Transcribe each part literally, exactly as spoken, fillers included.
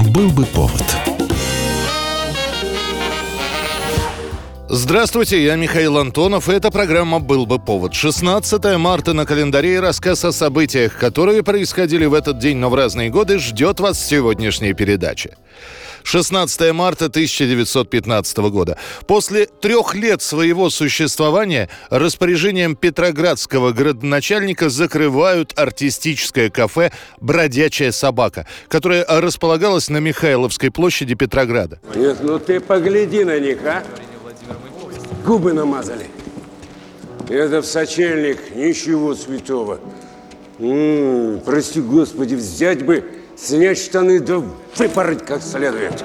Был бы повод. Здравствуйте, я Михаил Антонов, и эта программа «Был бы повод». шестнадцатое марта на календаре, и рассказ о событиях, которые происходили в этот день, но в разные годы, ждет вас в сегодняшней передаче. шестнадцатое марта тысяча девятьсот пятнадцатого года. После трех лет своего существования распоряжением петроградского градоначальника закрывают артистическое кафе «Бродячая собака», которое располагалось на Михайловской площади Петрограда. Нет, ну ты погляди на них, а? Губы намазали. Это в сочельник, ничего святого. М-м, прости господи, взять бы, снять штаны да выпороть как следует.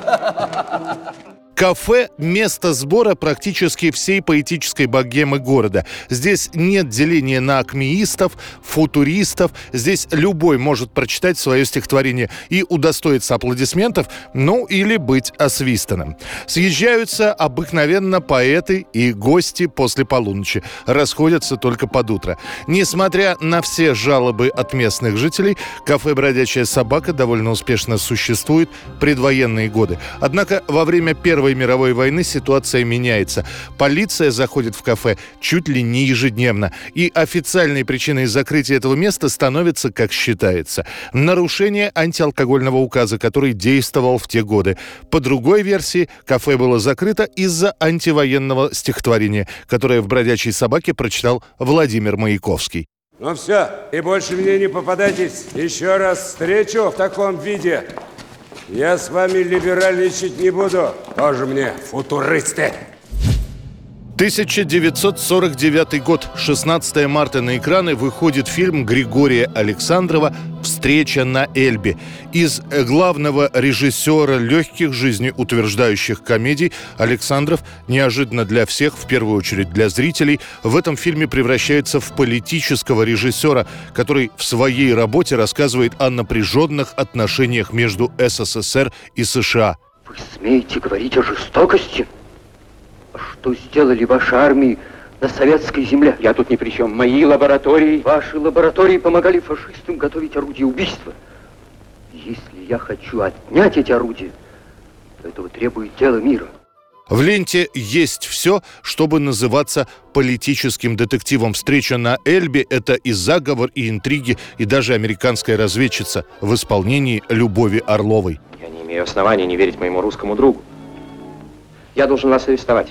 Кафе – место сбора практически всей поэтической богемы города. Здесь нет деления на акмеистов, футуристов. Здесь любой может прочитать свое стихотворение и удостоиться аплодисментов, ну или быть освистанным. Съезжаются обыкновенно поэты и гости после полуночи. Расходятся только под утро. Несмотря на все жалобы от местных жителей, кафе «Бродячая собака» довольно успешно существует предвоенные годы. Однако во время Первой мировой войны ситуация меняется. Полиция заходит в кафе чуть ли не ежедневно. И официальной причиной закрытия этого места становится, как считается, нарушение антиалкогольного указа, который действовал в те годы. По другой версии, кафе было закрыто из-за антивоенного стихотворения, которое в «Бродячей собаке» прочитал Владимир Маяковский. Ну все, и больше мне не попадайтесь. Еще раз встречу в таком виде. Я с вами либеральничать не буду. Тоже мне футуристы. тысяча девятьсот сорок девятый год, шестнадцатое марта, на экраны выходит фильм Григория Александрова «Встреча на Эльбе». Из главного режиссера легких жизнеутверждающих комедий Александров, неожиданно для всех, в первую очередь для зрителей, в этом фильме превращается в политического режиссера, который в своей работе рассказывает о напряженных отношениях между СССР и США. Вы смеете говорить о жестокости? Что сделали ваши армии на советской земле? Я тут ни при чем. Мои лаборатории... Ваши лаборатории помогали фашистам готовить орудия убийства. Если я хочу отнять эти орудия, то этого требует дело мира. В ленте есть все, чтобы называться политическим детективом. «Встреча на Эльбе» — это и заговор, и интриги, и даже американская разведчица в исполнении Любови Орловой. Я не имею оснований не верить моему русскому другу. Я должен вас арестовать.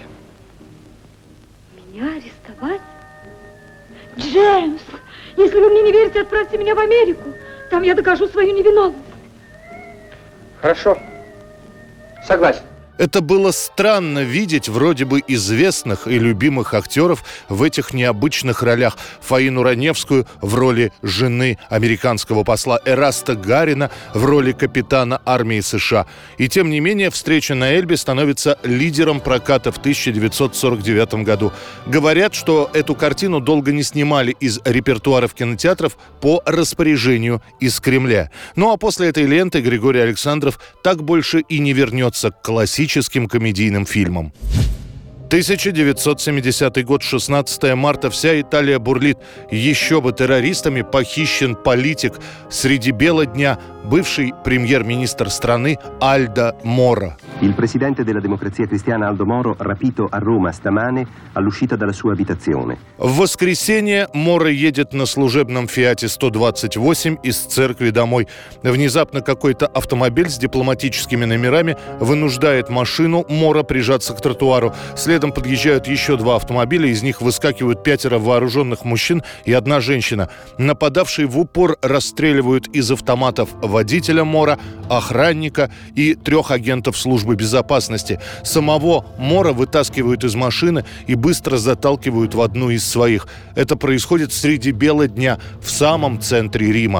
Меня арестовать? Джеймс, если вы мне не верите, отправьте меня в Америку. Там я докажу свою невиновность. Хорошо. Согласен. Это было странно видеть вроде бы известных и любимых актеров в этих необычных ролях. Фаину Раневскую в роли жены американского посла, Эраста Гарина в роли капитана армии США. И тем не менее, «Встреча на Эльбе» становится лидером проката в тысяча девятьсот сорок девятом году. Говорят, что эту картину долго не снимали из репертуаров кинотеатров по распоряжению из Кремля. Ну а после этой ленты Григорий Александров так больше и не вернется к классическим комедийным фильмам. тысяча девятьсот семидесятый год, шестнадцатое марта. Вся Италия бурлит. Еще бы, террористами похищен политик среди бела дня, бывший премьер-министр страны Альдо Моро. Il presidente della Democrazia Cristiana Aldo Moro rapito a Roma stamane all'uscita dalla sua abitazione. В воскресенье Моро едет на служебном Фиате сто двадцать восемь из церкви домой. Внезапно какой-то автомобиль с дипломатическими номерами вынуждает машину Моро прижаться к тротуару. Следом подъезжают еще два автомобиля, из них выскакивают пятеро вооруженных мужчин и одна женщина. Нападавшие в упор расстреливают из автоматов водителя Моро, охранника и трех агентов службы безопасности. Самого Моро вытаскивают из машины и быстро заталкивают в одну из своих. Это происходит среди бела дня в самом центре Рима.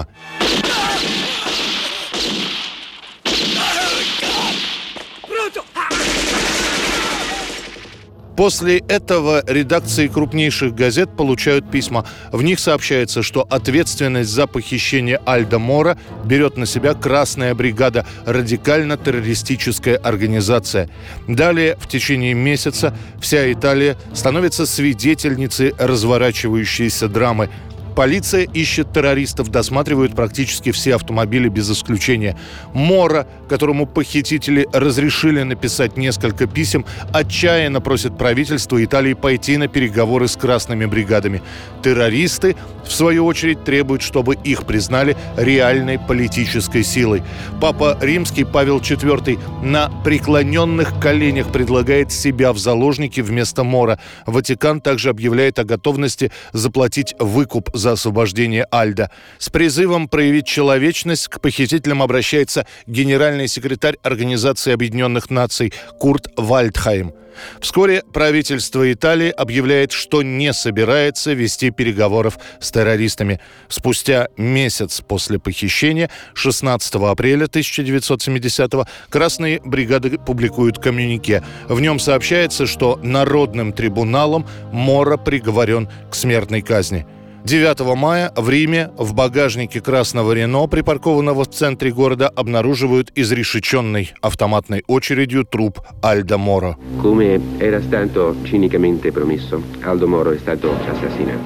После этого редакции крупнейших газет получают письма. В них сообщается, что ответственность за похищение Альдо Моро берет на себя Красная бригада, радикально-террористическая организация. Далее, в течение месяца, вся Италия становится свидетельницей разворачивающейся драмы. Полиция ищет террористов, досматривают практически все автомобили без исключения. Моро, которому похитители разрешили написать несколько писем, отчаянно просит правительство Италии пойти на переговоры с красными бригадами. Террористы, в свою очередь, требуют, чтобы их признали реальной политической силой. Папа Римский Павел четвёртый на преклоненных коленях предлагает себя в заложники вместо Моро. Ватикан также объявляет о готовности заплатить выкуп за освобождение Альдо. С призывом проявить человечность к похитителям обращается генеральный секретарь Организации Объединенных Наций Курт Вальдхайм. Вскоре правительство Италии объявляет, что не собирается вести переговоров с террористами. Спустя месяц после похищения, шестнадцатого апреля тысяча девятьсот семидесятого, красные бригады публикуют коммюнике. В нем сообщается, что Народным трибуналом Моро приговорен к смертной казни. девятого мая в Риме в багажнике красного Рено, припаркованного в центре города, обнаруживают изрешеченный автоматной очередью труп Альдо Моро. Come era stato cinicamente promesso, Aldo Moro è stato assassinato.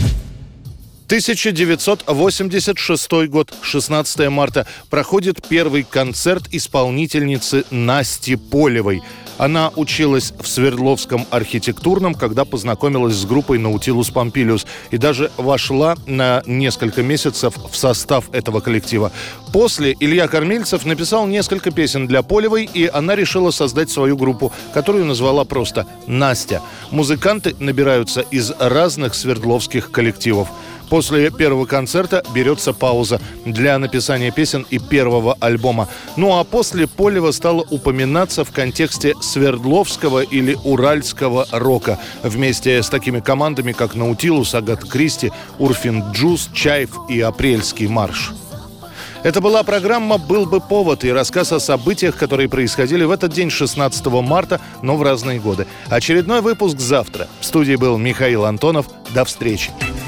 тысяча девятьсот восемьдесят шестой год, шестнадцатого марта, проходит первый концерт исполнительницы Насти Полевой. Она училась в Свердловском архитектурном, когда познакомилась с группой «Наутилус Помпилиус» и даже вошла на несколько месяцев в состав этого коллектива. После Илья Кормильцев написал несколько песен для Полевой, и она решила создать свою группу, которую назвала просто «Настя». Музыканты набираются из разных свердловских коллективов. После первого концерта берется пауза для написания песен и первого альбома. Ну а после Полева стала упоминаться в контексте свердловского или уральского рока вместе с такими командами, как «Наутилус», «Агата Кристи», «Урфин Джюс», «Чайф» и «Апрельский марш». Это была программа «Был бы повод» и рассказ о событиях, которые происходили в этот день, шестнадцатого марта, но в разные годы. Очередной выпуск завтра. В студии был Михаил Антонов. До встречи.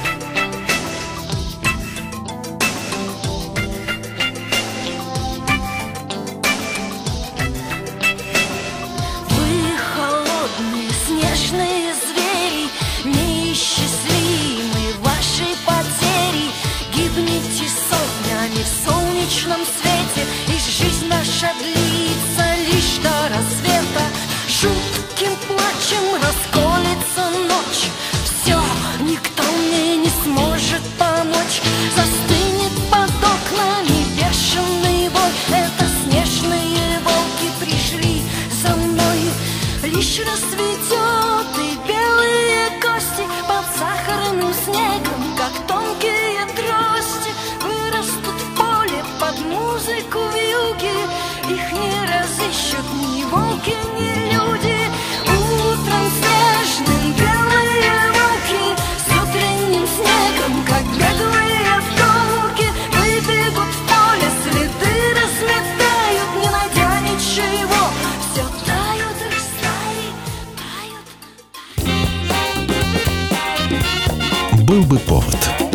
В солнечном свете, и жизнь наша длится лишь до рассвета. Жутким плачем расколется ночь. Все, никто мне не сможет помочь. Застынет под окнами бешеный вой. Это снежные волки пришли за мной. Лишь расцветет и белые кости под сахарным снегом, как тонкие трости, вырастут в поле под музыку вьюги. Их не разыщут ни волки, ни люди. Утром снежным белые волки с утренним снегом, как беглые вдовки, выбегут в поле, следы разметают, не найдя ничего. Все тают, растают, тают. Был бы повод.